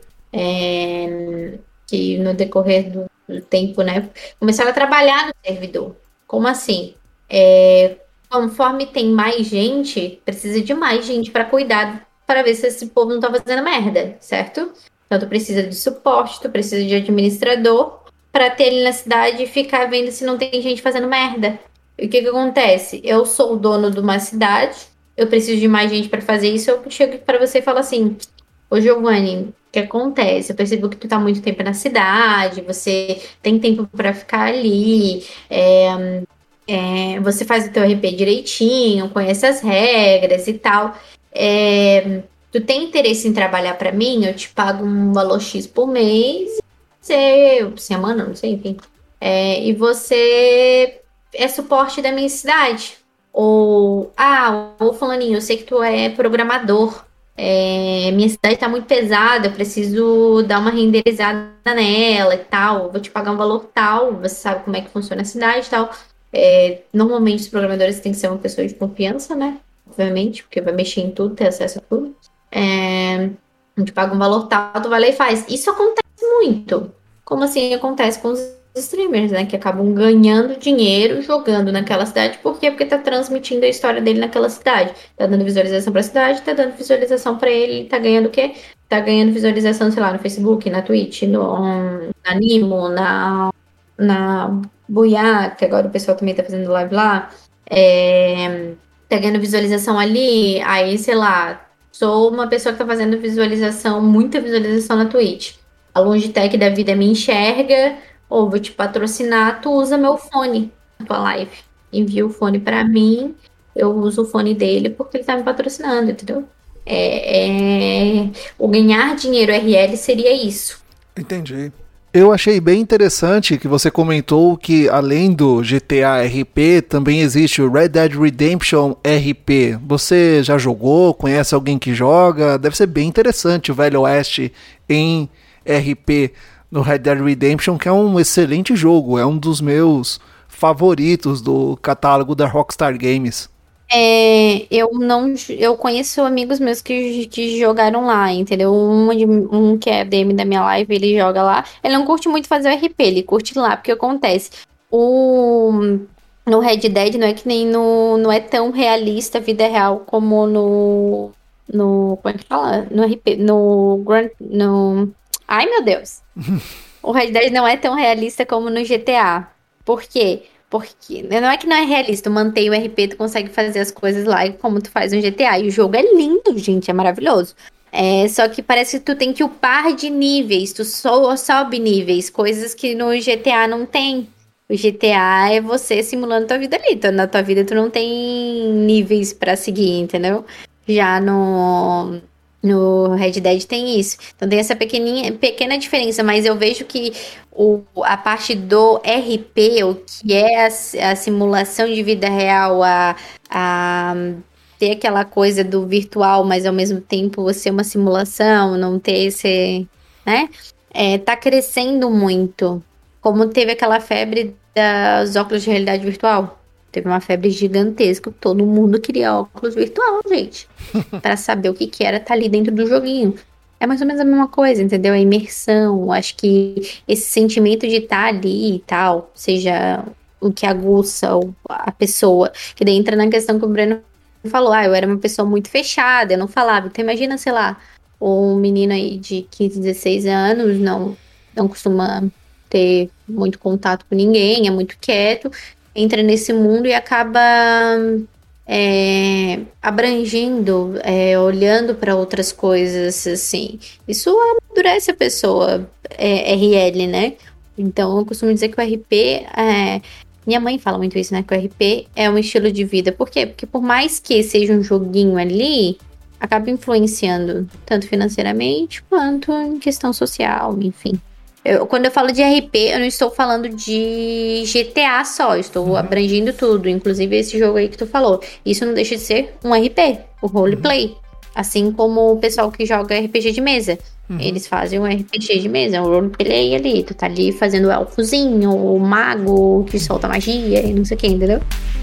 que no decorrer do tempo, né, começaram a trabalhar no servidor. Como assim? Conforme tem mais gente, precisa de mais gente para cuidar, para ver se esse povo não tá fazendo merda, certo? Então tu precisa de suporte, tu precisa de administrador para ter ele na cidade e ficar vendo se não tem gente fazendo merda. E o que acontece? Eu sou o dono de uma cidade, eu preciso de mais gente para fazer isso, eu chego para você e falo assim: ô Giovanni, o que acontece? Eu percebo que tu tá muito tempo na cidade, você tem tempo para ficar ali, você faz o teu RP direitinho, conhece as regras e tal. Tu tem interesse em trabalhar para mim? Eu te pago um valor X por mês, semana, não sei, enfim. E você é suporte da minha cidade. Ô fulaninho, eu sei que tu é programador. Minha cidade tá muito pesada, eu preciso dar uma renderizada nela e tal. Vou te pagar um valor tal, você sabe como é que funciona a cidade e tal. Normalmente os programadores têm que ser uma pessoa de confiança, né? Obviamente, porque vai mexer em tudo, ter acesso a tudo. A gente paga um valor tal, tu vai lá e faz. Isso acontece muito. Como assim acontece com os streamers, né? Que acabam ganhando dinheiro jogando naquela cidade. Por quê? Porque tá transmitindo a história dele naquela cidade. Tá dando visualização pra cidade, tá dando visualização pra ele. Tá ganhando o quê? Tá ganhando visualização, sei lá, no Facebook, na Twitch, na Nimo, na Buiá, que agora o pessoal também tá fazendo live lá. Tá ganhando visualização ali. Aí, sei lá, sou uma pessoa que tá fazendo visualização, muita visualização na Twitch. A Logitech da vida me enxerga, ou vou te patrocinar, tu usa meu fone na tua live. Envia o fone pra mim, eu uso o fone dele porque ele tá me patrocinando, entendeu? O ganhar dinheiro RL seria isso. Entendi. Eu achei bem interessante que você comentou que além do GTA RP, também existe o Red Dead Redemption RP. Você já jogou? Conhece alguém que joga? Deve ser bem interessante o Velho Oeste em RP no Red Dead Redemption, que é um excelente jogo. É um dos meus favoritos do catálogo da Rockstar Games. Eu conheço amigos meus que jogaram lá, entendeu? Um que é DM da minha live, ele joga lá. Ele não curte muito fazer o RP, ele curte lá, porque acontece. No Red Dead não é que nem não é tão realista a vida real como como é que fala? No RP, ai meu Deus! O Red Dead não é tão realista como no GTA. Por quê? Porque não é que não é realista, tu mantém o RP, tu consegue fazer as coisas lá como tu faz no GTA. E o jogo é lindo, gente, é maravilhoso. Só que parece que tu tem que upar de níveis, tu só sobe níveis, coisas que no GTA não tem. O GTA é você simulando tua vida ali. Na tua vida tu não tem níveis pra seguir, entendeu? Já no Red Dead tem isso. Então tem essa pequena diferença, mas eu vejo que a parte do RP, o que é a simulação de vida real, a ter aquela coisa do virtual, mas ao mesmo tempo você é uma simulação, não ter esse, né? Tá crescendo muito. Como teve aquela febre dos óculos de realidade virtual. Teve uma febre gigantesca, todo mundo queria óculos virtual, gente. Pra saber o que era estar ali dentro do joguinho. É mais ou menos a mesma coisa, entendeu? A imersão, acho que esse sentimento de estar ali e tal, seja o que aguça a pessoa. Que daí entra na questão que o Breno falou, eu era uma pessoa muito fechada, eu não falava. Então imagina, sei lá, um menino aí de 15, 16 anos, não costuma ter muito contato com ninguém, é muito quieto, entra nesse mundo e acaba abrangendo, olhando para outras coisas, assim. Isso amadurece a pessoa, RL, né? Então, eu costumo dizer que o RP Minha mãe fala muito isso, né? Que o RP é um estilo de vida. Por quê? Porque por mais que seja um joguinho ali, acaba influenciando tanto financeiramente quanto em questão social, enfim. Quando eu falo de RP, eu não estou falando de GTA só, eu estou abrangindo tudo, inclusive esse jogo aí que tu falou. Isso não deixa de ser um RP, o roleplay. Assim como o pessoal que joga RPG de mesa. Eles fazem um RPG de mesa, um roleplay ali. Tu tá ali fazendo o elfozinho, o mago que solta magia e não sei o que, entendeu?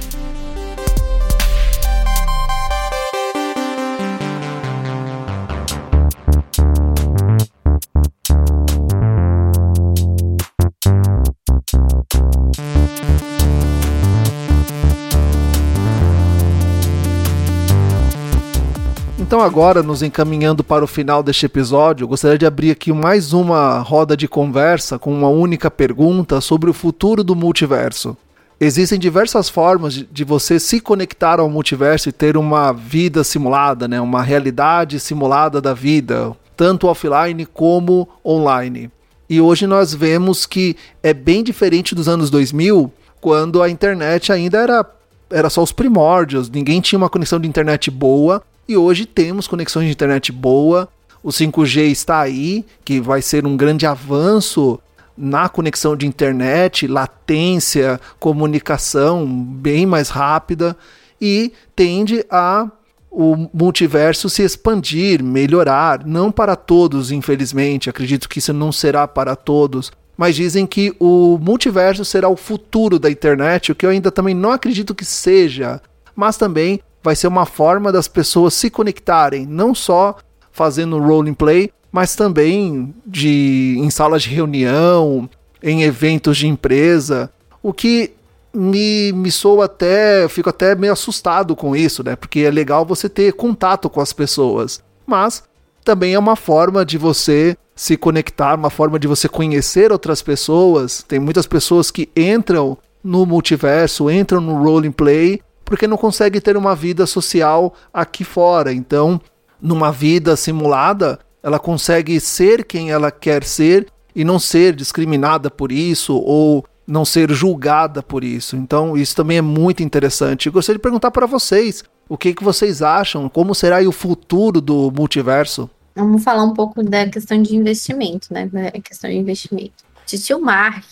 Então agora, nos encaminhando para o final deste episódio, eu gostaria de abrir aqui mais uma roda de conversa com uma única pergunta sobre o futuro do multiverso. Existem diversas formas de você se conectar ao multiverso e ter uma vida simulada, né? Uma realidade simulada da vida, tanto offline como online. E hoje nós vemos que é bem diferente dos anos 2000, quando a internet ainda era só os primórdios, ninguém tinha uma conexão de internet boa. E hoje temos conexões de internet boa, o 5G está aí, que vai ser um grande avanço na conexão de internet, latência, comunicação bem mais rápida, e tende a o multiverso se expandir, melhorar, não para todos, infelizmente, acredito que isso não será para todos, mas dizem que o multiverso será o futuro da internet, o que eu ainda também não acredito que seja, mas também vai ser uma forma das pessoas se conectarem, não só fazendo roleplay, mas também em salas de reunião, em eventos de empresa, o que me soa até, eu fico até meio assustado com isso, né? Porque é legal você ter contato com as pessoas, mas também é uma forma de você se conectar, uma forma de você conhecer outras pessoas. Tem muitas pessoas que entram no multiverso, entram no roleplay, porque não consegue ter uma vida social aqui fora. Então, numa vida simulada, ela consegue ser quem ela quer ser e não ser discriminada por isso ou não ser julgada por isso. Então, isso também é muito interessante. Eu gostaria de perguntar para vocês, o que vocês acham? Como será aí o futuro do multiverso? Vamos falar um pouco da questão de investimento, né? A questão de investimento. O Titio Mark,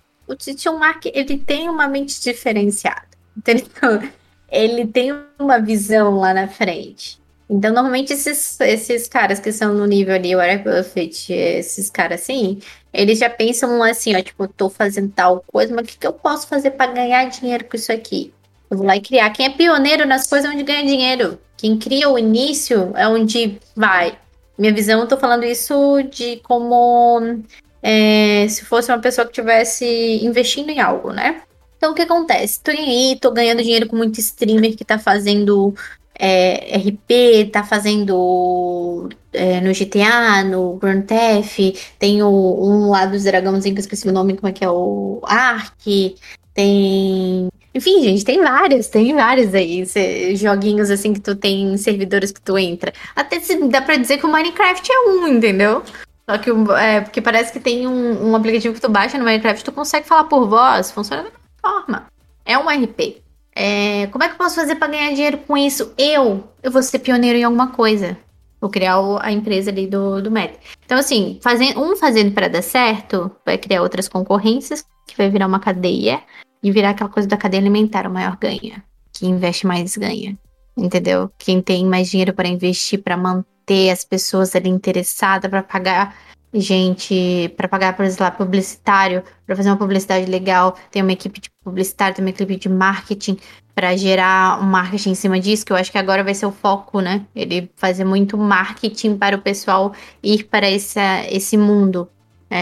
ele tem uma mente diferenciada, entendeu? Ele tem uma visão lá na frente. Então, normalmente, esses caras que são no nível ali, o Warren Buffett, esses caras assim, eles já pensam assim, ó, tipo, eu tô fazendo tal coisa, mas o que eu posso fazer para ganhar dinheiro com isso aqui? Eu vou lá e criar. Quem é pioneiro nas coisas é onde ganha dinheiro. Quem cria o início é onde vai. Minha visão, eu tô falando isso de como se fosse uma pessoa que estivesse investindo em algo, né? Então, o que acontece? Tô ganhando dinheiro com muito streamer que tá fazendo RP, tá fazendo no GTA, no Grand Theft, tem um lá dos dragãozinhos, que eu esqueci o nome, como é que é? O Ark, tem... Enfim, gente, tem vários aí, joguinhos assim que tu tem, servidores que tu entra. Até dá pra dizer que o Minecraft é um, entendeu? Só que porque parece que tem um aplicativo que tu baixa no Minecraft, tu consegue falar por voz, funciona da mesma forma. É um RP. Como é que eu posso fazer pra ganhar dinheiro com isso? Eu vou ser pioneiro em alguma coisa. Vou criar a empresa ali do Meta. Então, assim, fazendo para dar certo, vai criar outras concorrências, que vai virar uma cadeia, e virar aquela coisa da cadeia alimentar, o maior ganha. Quem investe mais ganha. Entendeu? Quem tem mais dinheiro para investir, para manter as pessoas ali interessadas, para pagar gente, para pagar, por exemplo, publicitário, para fazer uma publicidade legal, tem uma equipe de publicitário, tem uma equipe de marketing para gerar um marketing em cima disso, que eu acho que agora vai ser o foco, né? Ele fazer muito marketing para o pessoal ir para esse mundo.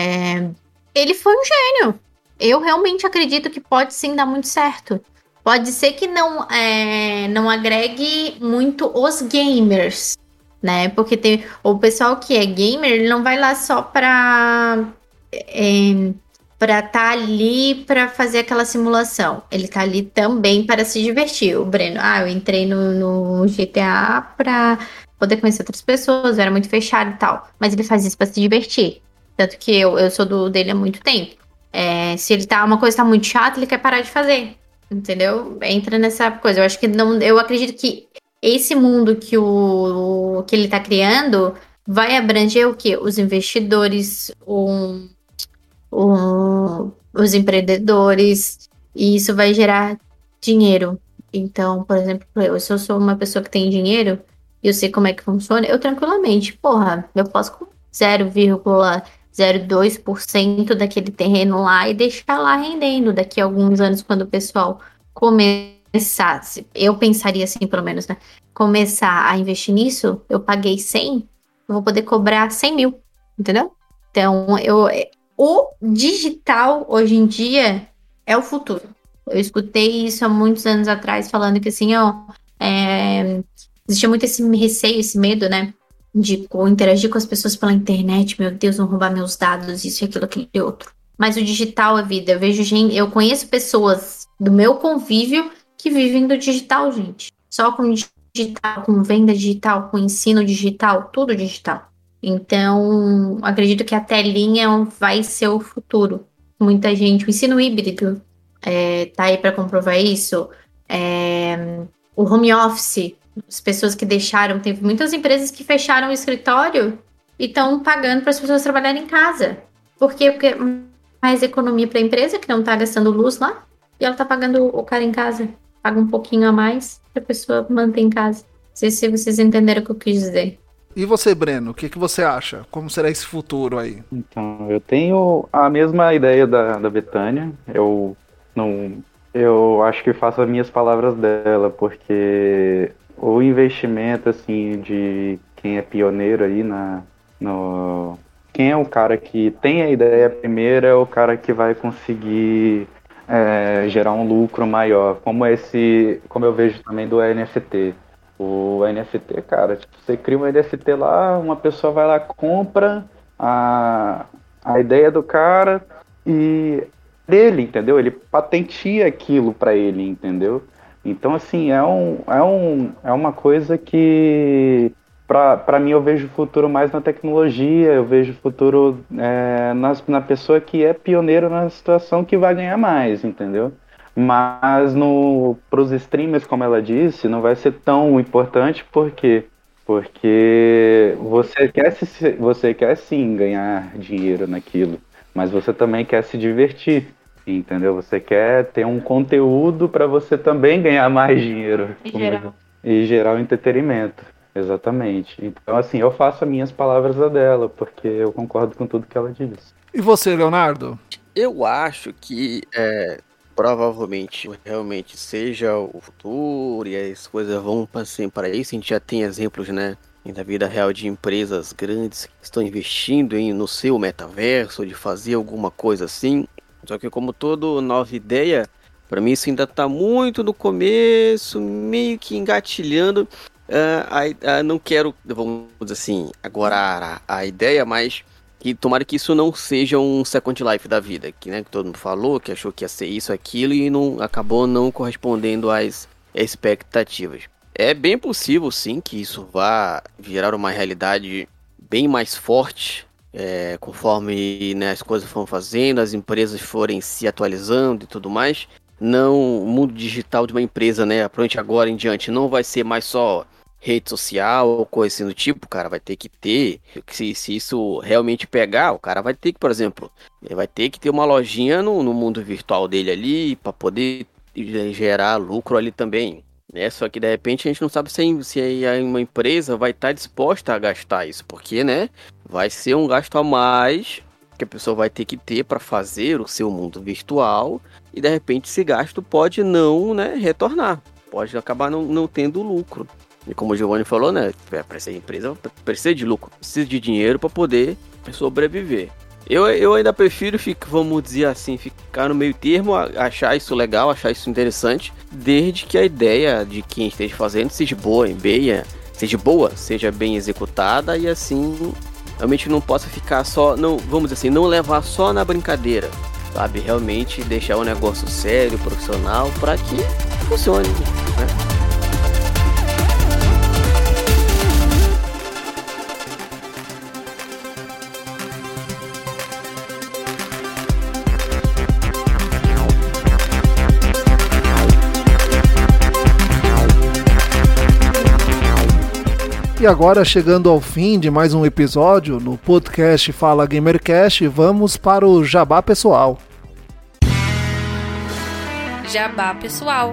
Ele foi um gênio. Eu realmente acredito que pode sim dar muito certo. Pode ser que não agregue muito os gamers, né? Porque tem o pessoal que é gamer, ele não vai lá só pra estar ali pra fazer aquela simulação. Ele tá ali também para se divertir. O Breno, eu entrei no GTA pra poder conhecer outras pessoas, eu era muito fechado e tal. Mas ele faz isso pra se divertir. Tanto que eu sou dele há muito tempo. Se uma coisa tá muito chata, ele quer parar de fazer. Entendeu? Entra nessa coisa. Eu acho que não. Eu acredito que esse mundo que ele tá criando vai abranger o quê? Os investidores, os empreendedores, e isso vai gerar dinheiro. Então, por exemplo, se eu sou uma pessoa que tem dinheiro e eu sei como é que funciona, eu tranquilamente, porra, eu posso com 0,02% daquele terreno lá e deixar lá rendendo daqui a alguns anos, quando o pessoal começasse. Eu pensaria assim, pelo menos, né? Começar a investir nisso, eu paguei 100, eu vou poder cobrar 100 mil, entendeu? Então, o digital, hoje em dia, é o futuro. Eu escutei isso há muitos anos atrás, falando que assim, existia muito esse receio, esse medo, né? De interagir com as pessoas pela internet. Meu Deus, vão roubar meus dados, isso, aquilo, aquilo e outro. Mas o digital é vida. Eu conheço pessoas do meu convívio que vivem do digital, gente. Só com digital, com venda digital, com ensino digital, tudo digital. Então, acredito que a telinha vai ser o futuro. Muita gente, o ensino híbrido tá aí para comprovar isso. O home office, as pessoas que deixaram, teve muitas empresas que fecharam o escritório e estão pagando para as pessoas trabalharem em casa. Por quê? Porque mais economia para a empresa, que não está gastando luz lá, e ela está pagando o cara em casa. Paga um pouquinho a mais para a pessoa manter em casa. Não sei se vocês entenderam o que eu quis dizer. E você, Breno, o que você acha? Como será esse futuro aí? Então, eu tenho a mesma ideia da Betânia. Eu acho que faço as minhas palavras dela, porque o investimento, assim, de quem é pioneiro aí quem é o cara que tem a ideia primeiro é o cara que vai conseguir gerar um lucro maior, como eu vejo também do NFT. O NFT, cara, tipo, você cria um NFT lá, uma pessoa vai lá, compra a ideia do cara e dele, entendeu? Ele patentia aquilo para ele, entendeu? Então, assim, é uma coisa que, para mim, eu vejo o futuro mais na tecnologia, eu vejo o futuro na pessoa que é pioneiro na situação que vai ganhar mais, entendeu? Mas para os streamers, como ela disse, não vai ser tão importante, por quê? Porque você quer sim ganhar dinheiro naquilo, mas você também quer se divertir, entendeu? Você quer ter um conteúdo para você também ganhar mais dinheiro. E gerar um entretenimento, exatamente. Então, assim, eu faço as minhas palavras a dela, porque eu concordo com tudo que ela disse. E você, Leonardo? Eu acho que provavelmente realmente seja o futuro e as coisas vão assim para isso. A gente já tem exemplos, né, da vida real de empresas grandes que estão investindo no seu metaverso, de fazer alguma coisa assim. Só que como toda nova ideia, para mim isso ainda está muito no começo, meio que engatilhando. Não quero, vamos dizer assim, agora a ideia, mas que tomara que isso não seja um Second Life da vida, que, né, que todo mundo falou, que achou que ia ser isso, aquilo, e acabou não correspondendo às expectativas. É bem possível, sim, que isso vá virar uma realidade bem mais forte, conforme, né, as coisas foram fazendo, as empresas forem se atualizando e tudo mais. Não, o mundo digital de uma empresa, né, provavelmente agora em diante, não vai ser mais só rede social ou coisa assim do tipo. O cara vai ter que ter, se isso realmente pegar, o cara vai ter que, por exemplo, ele vai ter que ter uma lojinha no mundo virtual dele ali para poder gerar lucro ali também, né? Só que de repente a gente não sabe se uma empresa vai estar disposta a gastar isso, porque, né, vai ser um gasto a mais que a pessoa vai ter que ter para fazer o seu mundo virtual, e de repente esse gasto pode não, né, retornar, pode acabar não tendo lucro. E como o Giovanni falou, né, para essa empresa precisa de lucro, precisa de dinheiro para poder sobreviver. Eu ainda prefiro, vamos dizer assim, ficar no meio termo, achar isso legal, achar isso interessante, desde que a ideia de quem esteja fazendo seja boa, seja bem executada, e assim realmente não possa ficar só, não, vamos dizer assim, não levar só na brincadeira, sabe? Realmente deixar um negócio sério, profissional, para que funcione, né? E agora, chegando ao fim de mais um episódio no podcast Fala Gamercast, vamos para o jabá pessoal. Jabá pessoal.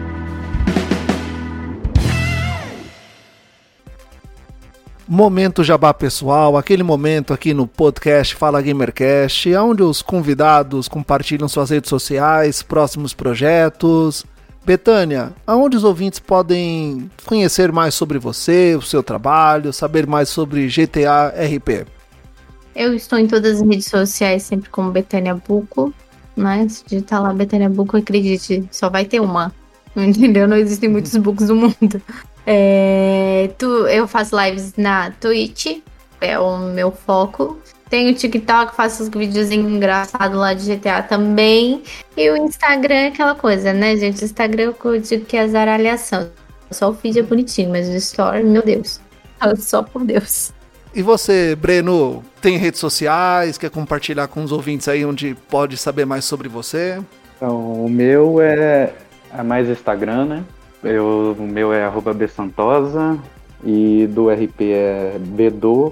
Momento jabá pessoal, aquele momento aqui no podcast Fala Gamercast, onde os convidados compartilham suas redes sociais, próximos projetos. Betânia, aonde os ouvintes podem conhecer mais sobre você, o seu trabalho, saber mais sobre GTA RP? Eu estou em todas as redes sociais, sempre como Betânia Buco, né? Se digitar lá Betânia Buco, acredite, só vai ter uma, entendeu? Não existem muitos bucos no mundo. Eu faço lives na Twitch, é o meu foco. Tenho o TikTok, faço os videozinhos engraçados lá de GTA também. E o Instagram é aquela coisa, né, gente? O Instagram eu digo que é a zaralhação. Só o feed é bonitinho, mas o story, meu Deus. Só por Deus. E você, Breno, tem redes sociais? Quer compartilhar com os ouvintes aí onde pode saber mais sobre você? Então, o meu é mais Instagram, né? O meu é @bsantosa e do RP é _RP.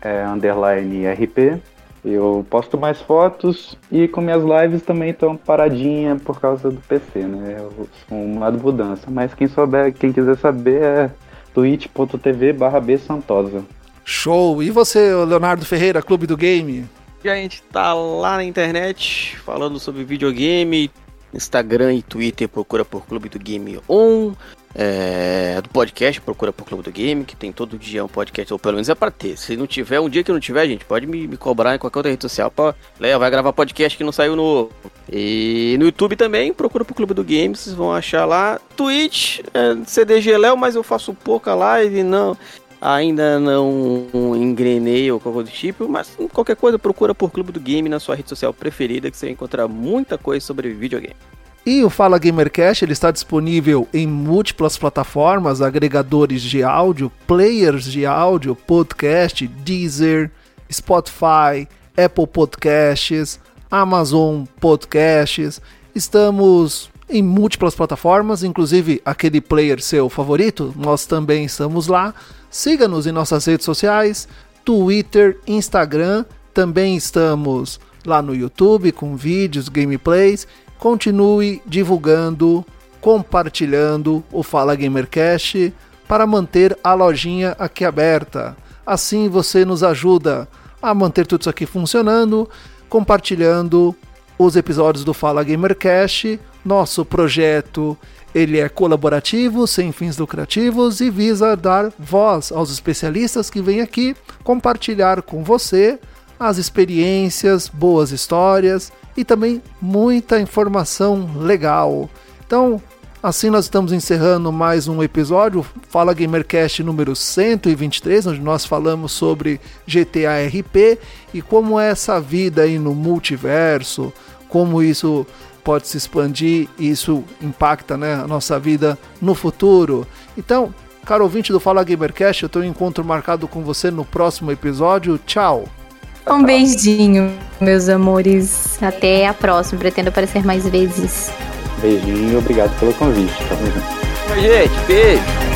Eu posto mais fotos e com minhas lives também estão paradinha por causa do PC, né? Eu sou um lado mudança, mas quem quiser saber é twitch.tv/bsantosa. Show! E você, Leonardo Ferreira, Clube do Game? E a gente tá lá na internet falando sobre videogame, Instagram e Twitter, procura por Clube do Game On. Do podcast, procura por Clube do Game, que tem todo dia um podcast, ou pelo menos é pra ter. Se não tiver, um dia que não tiver, gente, pode me cobrar em qualquer outra rede social pra Léo, vai gravar podcast que não saiu no... E no YouTube também, procura por Clube do Game, vocês vão achar lá. Twitch, CDG Léo, mas eu faço pouca live, ainda não engrenei ou qualquer do tipo, mas qualquer coisa procura por Clube do Game na sua rede social preferida, que você vai encontrar muita coisa sobre videogame. E o Fala Gamercast ele está disponível em múltiplas plataformas, agregadores de áudio, players de áudio, podcast, Deezer, Spotify, Apple Podcasts, Amazon Podcasts. Estamos em múltiplas plataformas, inclusive aquele player seu favorito, nós também estamos lá. Siga-nos em nossas redes sociais, Twitter, Instagram, também estamos lá no YouTube com vídeos, gameplays. Continue divulgando, compartilhando o Fala Gamercast para manter a lojinha aqui aberta. Assim você nos ajuda a manter tudo isso aqui funcionando, compartilhando os episódios do Fala Gamercast. Nosso projeto ele é colaborativo, sem fins lucrativos e visa dar voz aos especialistas que vêm aqui compartilhar com você as experiências, boas histórias e também muita informação legal. Então, assim nós estamos encerrando mais um episódio, Fala Gamercast número 123, onde nós falamos sobre GTA RP e como é essa vida aí no multiverso, como isso pode se expandir e isso impacta, né, a nossa vida no futuro. Então, caro ouvinte do Fala Gamercast, eu tenho um encontro marcado com você no próximo episódio. Tchau! Um beijinho, meus amores. Até a próxima. Pretendo aparecer mais vezes. Beijinho e obrigado pelo convite. Tamo junto. Gente, beijo!